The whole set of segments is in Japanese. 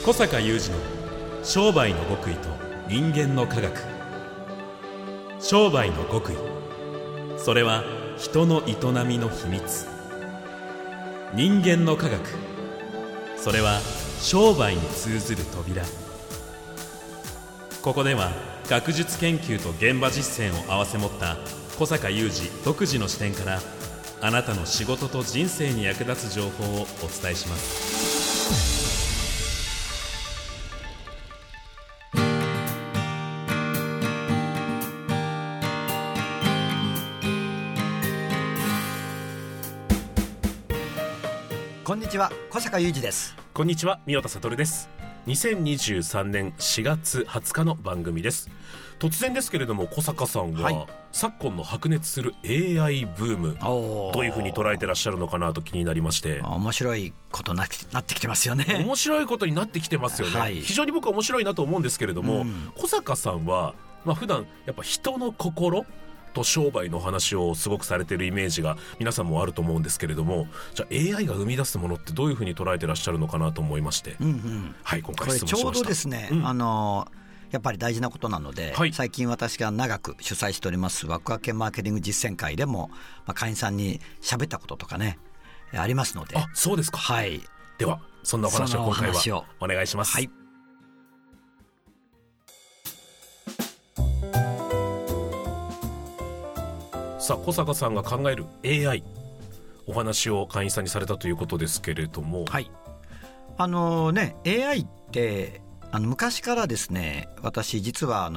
小坂雄二の商売の極意と人間の科学。商売の極意、それは人の営みの秘密。人間の科学、それは商売に通ずる扉。ここでは学術研究と現場実践を併せ持った小坂雄二独自の視点から、あなたの仕事と人生に役立つ情報をお伝えします。 こんにちは、小坂雄二です。 こんにちは、三代田悟です。2023年4月20日の番組です。突然ですけれども、小坂さんは、昨今の白熱する AI ブーム、どういうふうに捉えてらっしゃるのかなと気になりまして。 面白いことになってきてますよね。 面白いことになってきてますよね、非常に僕は面白いなと思うんですけれども、小坂さんは、普段やっぱ人の心と商売の話をすごくされているイメージが皆さんもあると思うんですけれども、じゃあ AI が生み出すものってどういうふうに捉えてらっしゃるのかなと思いまして、今回質問しました。 これちょうどですね、やっぱり大事なことなので、最近私が長く主催しておりますワクワクマーケティング実践会でも、会員さんに喋ったこととかねありますので。 そうですか。ではそんなお話を今回はお願いします。さあ、小坂さんが考える AI、 お話を会員さんにされたということですけれども、 AI って昔からですね、私実は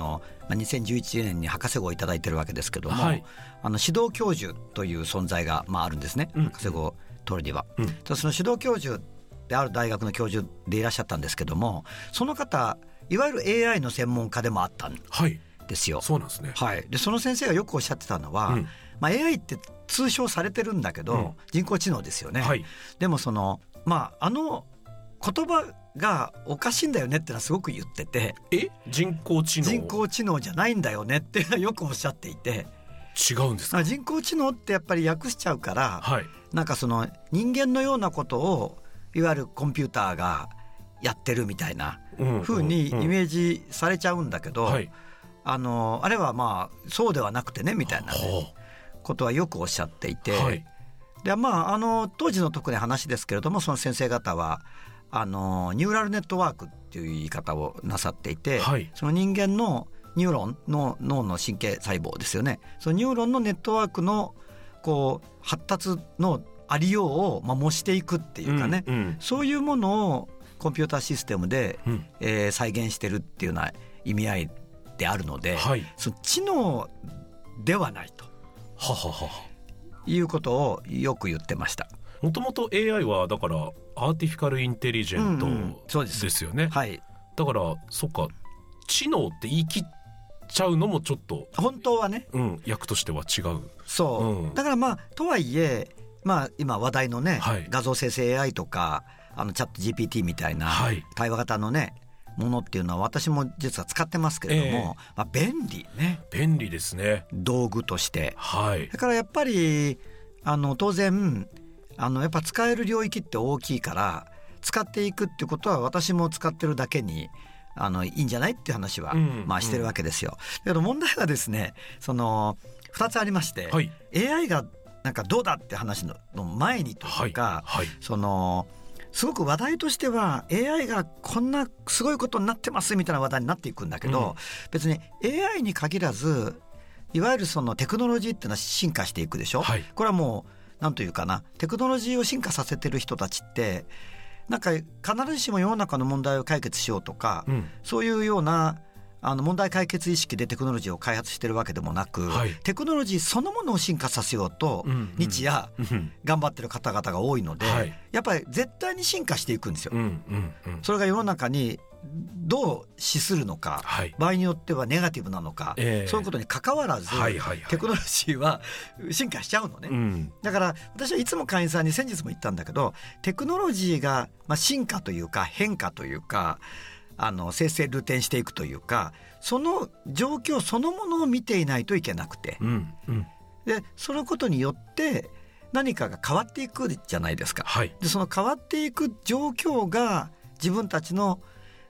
2011年に博士号をいただいてるわけですけども、指導教授という存在が、あるんですね、博士号を取るには、その指導教授である大学の教授でいらっしゃったんですけども、その方いわゆる AI の専門家でもあったんですよ。 そうなんですね。 でその先生がよくおっしゃってたのは、AI って通称されてるんだけど、人工知能ですよね。でもその言葉がおかしいんだよねってのはすごく言ってて、 人工知能じゃないんだよねってよくおっしゃっていて。 違うんですか？ 人工知能ってやっぱり訳しちゃうから、なんかその人間のようなことをいわゆるコンピューターがやってるみたいな風にイメージされちゃうんだけど、あれはそうではなくてねみたいなことはよくおっしゃっていて、で当時の特に話ですけれども、その先生方はニューラルネットワークっていう言い方をなさっていて、その人間のニューロンの脳の神経細胞ですよね、そのニューロンのネットワークの発達のありようを模していくっていうかね、そういうものをコンピューターシステムで、再現してるっていうような意味合いであるので、その知能ではないということをよく言ってました。 もともと AI はだからアーティフィカルインテリジェントですよね。だからそっか、知能って言い切っちゃうのもちょっと本当はね、 訳としては違う。 だからとはいえ、今話題のね、画像生成 AI とかチャット GPT みたいな対話型のね、ものっていうのは私も実は使ってますけれども、便利ですね、道具として。だからやっぱり当然やっぱ使える領域って大きいから、使っていくってことは私も使ってるだけにいいんじゃないっていう話はしてるわけですよ。だけど問題はですね、その2つありまして、AI がなんかどうだって話の前にというか、そのすごく話題としては AI がこんなすごいことになってますみたいな話題になっていくんだけど、別に AI に限らずいわゆるそのテクノロジーっていうのは進化していくでしょ。これはもうなんというかな、テクノロジーを進化させてる人たちってなんか必ずしも世の中の問題を解決しようとか、そういうような問題解決意識でテクノロジーを開発してるわけでもなく、テクノロジーそのものを進化させようと日夜頑張ってる方々が多いので、やっぱり絶対に進化していくんですよ。それが世の中にどう資するのか、場合によってはネガティブなのか、そういうことに関わらず、テクノロジーは進化しちゃうのね。だから私はいつも会員さんに先日も言ったんだけど、テクノロジーが進化というか変化というか生成流転していくというか、その状況そのものを見ていないといけなくて、でそのことによって何かが変わっていくじゃないですか。でその変わっていく状況が自分たちの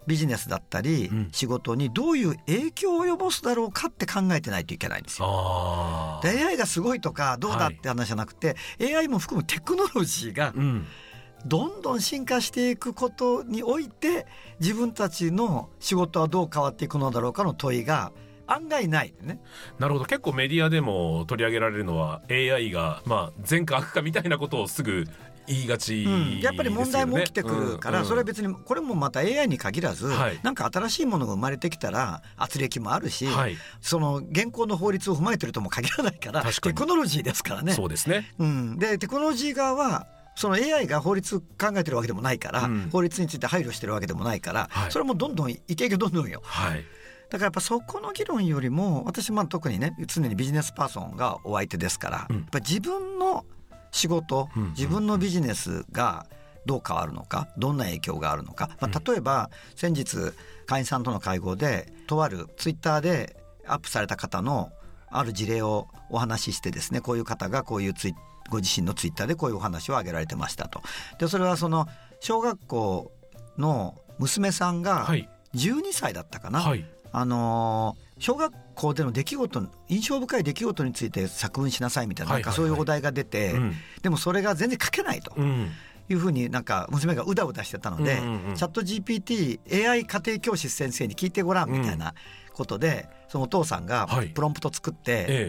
ビジネスだったり仕事にどういう影響を及ぼすだろうかって考えてないといけないんですよ。で AI がすごいとかどうだって話じゃなくて、AI も含むテクノロジーがどんどん進化していくことにおいて自分たちの仕事はどう変わっていくのだろうかの問いが案外ないね。 なるほど。結構メディアでも取り上げられるのは AI が善か悪かみたいなことをすぐ言いがちですよね。 やっぱり問題も起きてくるから、それは別にこれもまた AI に限らず、なんか新しいものが生まれてきたら圧力もあるし、その現行の法律を踏まえてるとも限らないからテクノロジーですからね。 そうですね。 でテクノロジー側はその AI が法律考えてるわけでもないから、法律について配慮してるわけでもないから、それもどんどんイケイケどんどんよ。だからやっぱそこの議論よりも私特にね常にビジネスパーソンがお相手ですから、やっぱ自分の仕事、自分のビジネスがどう変わるのか、どんな影響があるのか、例えば先日会員さんとの会合でとあるツイッターでアップされた方のある事例をお話ししてですね、こういう方がこういうご自身のツイッターでこういうお話を挙げられてましたと。でそれはその小学校の娘さんが12歳だったかな、小学校での出来事、印象深い出来事について作文しなさいみたいな、なんかそういうお題が出て、でもそれが全然書けないというふうになんか娘がうだうだしてたので、チャット GPT、AI 家庭教師先生に聞いてごらんみたいなことで、そのお父さんがプロンプト作って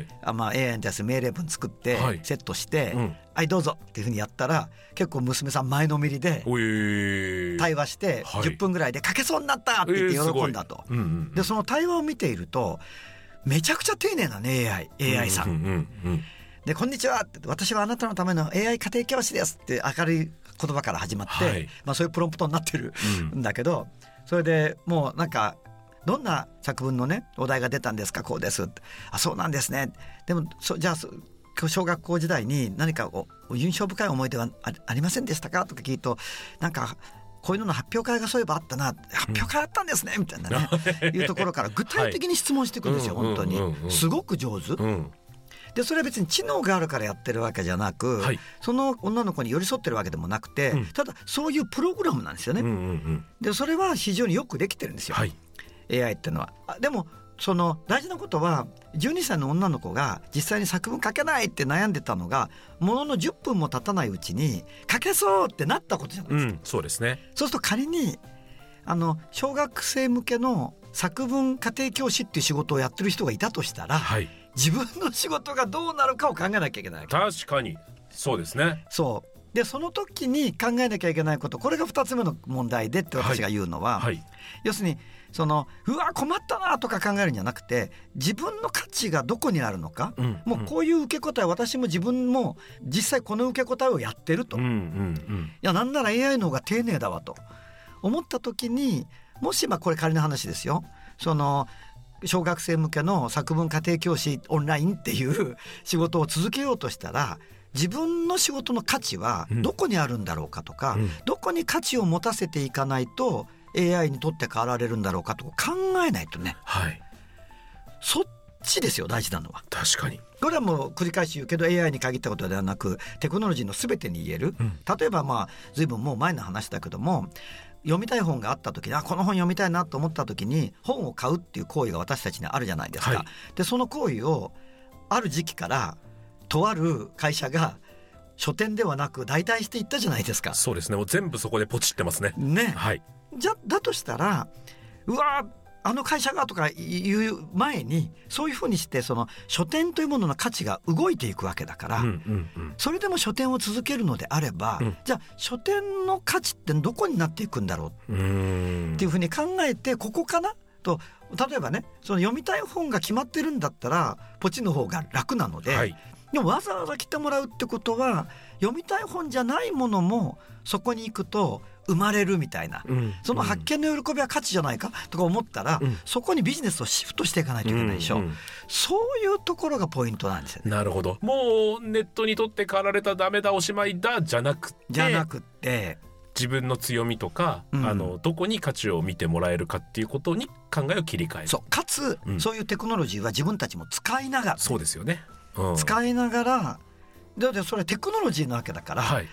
、AI に対する命令文作ってセットして、はいどうぞっていうふうにやったら結構娘さん前のめりで対話して10分ぐらいで書けそうになったって言って喜んだと。でその対話を見ているとめちゃくちゃ丁寧なね AI さんで、こんにちはって、私はあなたのための AI 家庭教師ですって明るい言葉から始まって、そういうプロンプトになってるんだけど、それでもうなんかどんな作文のねお題が出たんですか、こうですって、あそうなんですね、でもじゃあ小学校時代に何か印象深い思い出はありませんでしたかとか聞くと、なんかこういうのの発表会がそういえばあったな、発表会あったんですねみたいなねいうところから具体的に質問していくんですよ。本当にすごく上手で、それは別に知能があるからやってるわけじゃなく、その女の子に寄り添ってるわけでもなくて、ただそういうプログラムなんですよね。でそれは非常によくできてるんですよ、AI っていうのは。でもその大事なことは12歳の女の子が実際に作文書けないって悩んでたのがものの10分も経たないうちに書けそうってなったことじゃないですか。 そうですね。 そうすると仮に小学生向けの作文家庭教師っていう仕事をやってる人がいたとしたら、自分の仕事がどうなるかを考えなきゃいけない。 確かにそうですね。 そうでその時に考えなきゃいけないこと、これが2つ目の問題でって私が言うのは、要するにそのうわ困ったなとか考えるんじゃなくて、自分の価値がどこにあるのか、もうこういう受け答え、私も自分も実際この受け答えをやってると、いやなんなら AI の方が丁寧だわと思った時に、もしこれ仮の話ですよ、その小学生向けの作文家庭教師オンラインっていう仕事を続けようとしたら、自分の仕事の価値はどこにあるんだろうかとか、どこに価値を持たせていかないと AI にとって変わられるんだろうかと考えないとね、そっちですよ大事なのは。 確かにこれはもう繰り返し言うけど AI に限ったことではなくテクノロジーの全てに言える、例えば随分もう前の話だけども、読みたい本があった時にこの本読みたいなと思った時に本を買うっていう行為が私たちにあるじゃないですか、でその行為をある時期からとある会社が書店ではなく代替していったじゃないですか。 そうですね。もう全部そこでポチってますね。 だとしたらうわあの会社がとか言う前にそういうふうにしてその書店というものの価値が動いていくわけだから、それでも書店を続けるのであれば、じゃあ書店の価値ってどこになっていくんだろうっていうふうに考えて、ここかなと。例えばね、その読みたい本が決まってるんだったらポチの方が楽なので、でもわざわざ来てもらうってことは読みたい本じゃないものもそこに行くと生まれるみたいな、その発見の喜びは価値じゃないかとか思ったら、そこにビジネスをシフトしていかないといけないでしょ、そういうところがポイントなんですよね。 なるほど。もうネットにとって変わられたダメだおしまいだじゃなくて自分の強みとか、どこに価値を見てもらえるかっていうことに考えを切り替える。 かつ、そういうテクノロジーは自分たちも使いながら、 そうですよね、 使いながら、だってそれはテクノロジーなわけだから、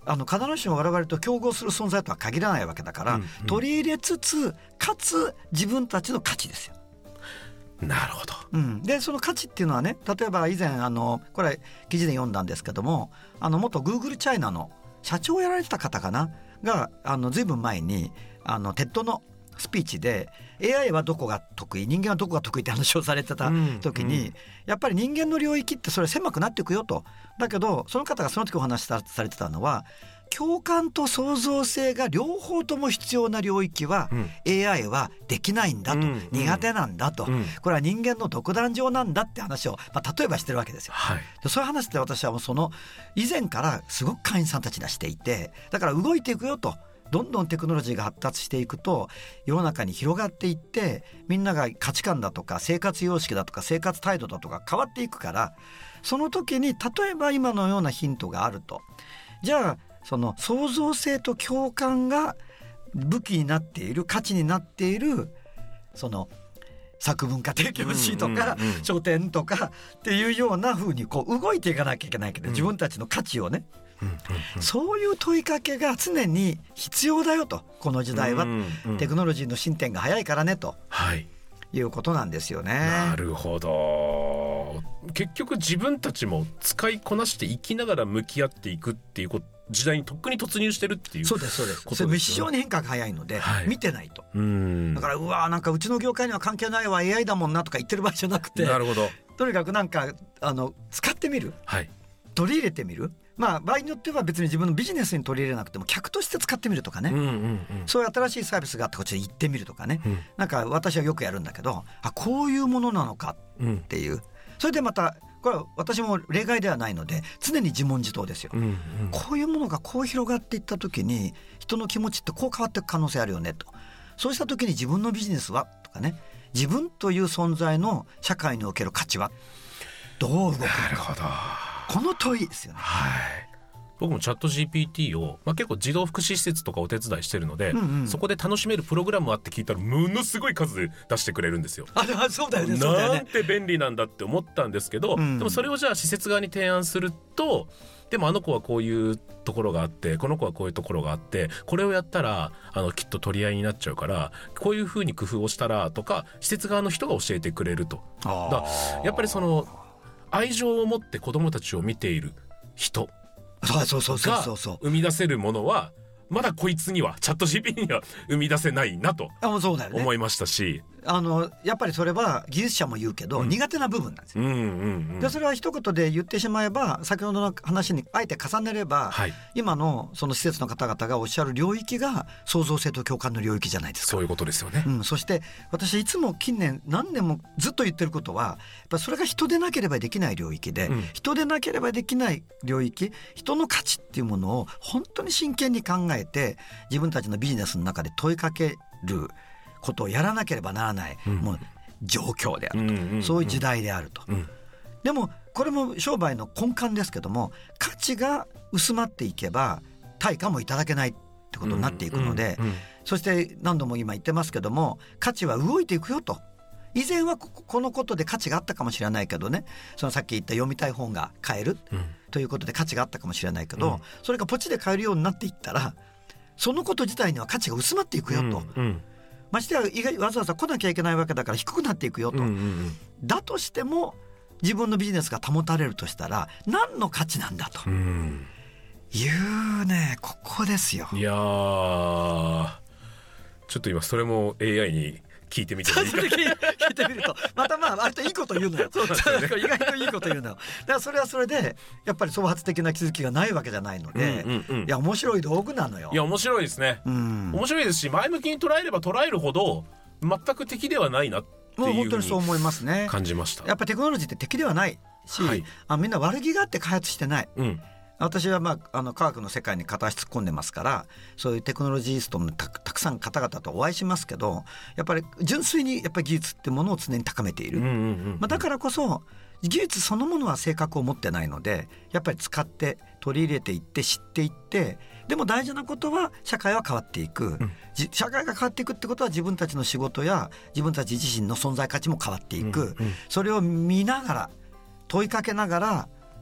必ずしも我々と競合する存在とは限らないわけだから、取り入れつつかつ自分たちの価値ですよ。 なるほど、 でその価値っていうのはね、例えば以前これ記事で読んだんですけども、元 Google チャイナの社長をやられてた方かながずいぶん前にテッドのスピーチで AI はどこが得意、人間はどこが得意って話をされてた時に、やっぱり人間の領域ってそれ狭くなっていくよと。だけどその方がその時お話しされてたのは、共感と創造性が両方とも必要な領域は AI はできないんだと、苦手なんだと、これは人間の独壇場なんだって話を、例えばしてるわけですよ、でそういう話って私はもうその以前からすごく会員さんたちがしていて、だから動いていくよと、どんどんテクノロジーが発達していくと世の中に広がっていって、みんなが価値観だとか生活様式だとか生活態度だとか変わっていくから、その時に例えば今のようなヒントがあると、じゃあその創造性と共感が武器になっている、価値になっているその作文化提供シートか書店とかっていうような風にこう動いていかなきゃいけないけど、自分たちの価値をね、そういう問いかけが常に必要だよと、この時代はテクノロジーの進展が早いからねと、いうことなんですよね。 なるほど。結局自分たちも使いこなしていきながら向き合っていくっていう時代にとっくに突入してるっていうことですよね。 それ非常に変化が早いので、見てないと。だからなんかうちの業界には関係ないわ AI だもんなとか言ってる場合じゃなくて、 なるほど、 とにかくなんか使ってみる、取り入れてみる、場合によっては別に自分のビジネスに取り入れなくても客として使ってみるとかね、そういう新しいサービスがあってこっちで行ってみるとかね、なんか私はよくやるんだけど、こういうものなのかっていう、それでまたこれは私も例外ではないので常に自問自答ですよ、こういうものがこう広がっていった時に人の気持ちってこう変わっていく可能性あるよねと、そうした時に自分のビジネスはとかね、自分という存在の社会における価値はどう動くのか。 なるほど、 この問いですよね。 僕もチャット GPT を、結構児童福祉施設とかお手伝いしてるので、そこで楽しめるプログラムあって聞いたらものすごい数出してくれるんですよ。 そうだよね、 なんて便利なんだって思ったんですけど、でもそれをじゃあ施設側に提案すると、でもあの子はこういうところがあって、この子はこういうところがあって、これをやったらきっと取り合いになっちゃうから、こういう風に工夫をしたらとか、施設側の人が教えてくれると。やっぱりその愛情を持って子どもたちを見ている人が生み出せるものは、まだこいつにはチャット GPT には生み出せないなと思いましたし、 やっぱりそれは技術者も言うけど、苦手な部分なんですよ、でそれは一言で言ってしまえば、先ほどの話にあえて重ねれば、今のその施設の方々がおっしゃる領域が創造性と共感の領域じゃないですか。 そういうことですよね、 そして私いつも近年何年もずっと言ってることは、やっぱそれが人でなければできない領域で、人でなければできない領域、人の価値っていうものを本当に真剣に考えて自分たちのビジネスの中で問いかけることをやらなければならない、もう状況であると、そういう時代であると、でもこれも商売の根幹ですけども、価値が薄まっていけば対価もいただけないってことになっていくので、そして何度も今言ってますけども、価値は動いていくよと。以前はこのことで価値があったかもしれないけどね、そのさっき言った読みたい本が買える、ということで価値があったかもしれないけど、それがポチで買えるようになっていったら、そのこと自体には価値が薄まっていくよと、ましてやわざわざ来なきゃいけないわけだから低くなっていくよと、だとしても自分のビジネスが保たれるとしたら何の価値なんだと、いうね、ここですよ。 いやー、ちょっと今それも AI に聞いてみてもいいか聞いてみるとまた割といいこと言うのよそうですよね、意外といいこと言うのよ。だからそれはそれでやっぱり創発的な気づきがないわけじゃないので、いや面白い道具なのよ。 いや面白いですね、面白いですし、前向きに捉えれば捉えるほど全く敵ではないなっていう、 本当にそう思いますね。 感じました。 やっぱりテクノロジーって敵ではないし、みんな悪気があって開発してない、私は科学の世界に片足突っ込んでますから、そういうテクノロジーストもたくさん方々とお会いしますけど、やっぱり純粋にやっぱり技術ってものを常に高めている、だからこそ技術そのものは性格を持ってないので、やっぱり使って取り入れていって知っていって、でも大事なことは社会は変わっていく、社会が変わっていくってことは自分たちの仕事や自分たち自身の存在価値も変わっていく、それを見ながら問いかけながら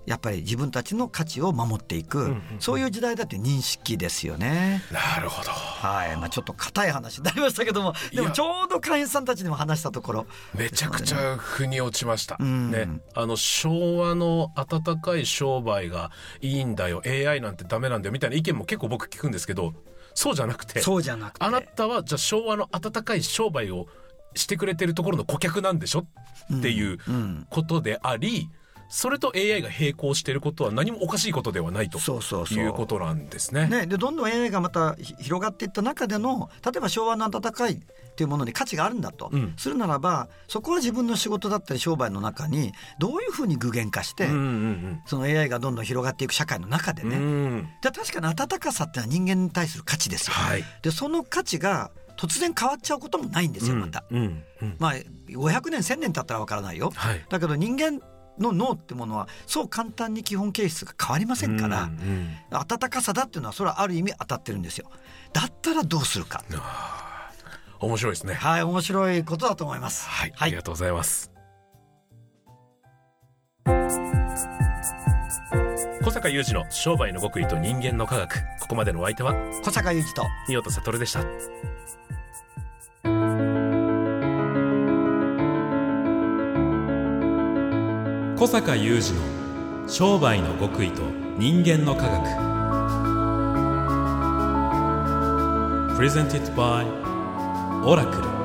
やっぱり自分たちの価値を守っていく、そういう時代だって認識ですよね。 なるほど。 はい、ちょっと硬い話になりましたけども、でもちょうど会員さんたちにも話したところ、 めちゃくちゃ腑に落ちました、ね、昭和の温かい商売がいいんだよ、 AI なんてダメなんだよみたいな意見も結構僕聞くんですけど、そうじゃなくてあなたはじゃあ昭和の温かい商売をしてくれてるところの顧客なんでしょっていうことであり、それと AI が並行していることは何もおかしいことではないということなんですね。 でどんどん AI がまた広がっていった中での、例えば昭和の温かいというものに価値があるんだと、するならば、そこは自分の仕事だったり商売の中にどういうふうに具現化して、その AI がどんどん広がっていく社会の中でね、確かに温かさってのは人間に対する価値ですよ、でその価値が突然変わっちゃうこともないんですよ、また、500年1000年経ったら分からないよ、だけど人間の脳ってものはそう簡単に基本形質が変わりませんから、温かさだっていうのはそれはある意味当たってるんですよ。だったらどうするか。 面白いですね。 はい、面白いことだと思います。 はい、ありがとうございます。小坂雄二の商売の極意と人間の科学、ここまでのお相手は小坂雄二と仁尾田悟でした。 小坂雄二の商売の極意と人間の科学。Presented by Oracle。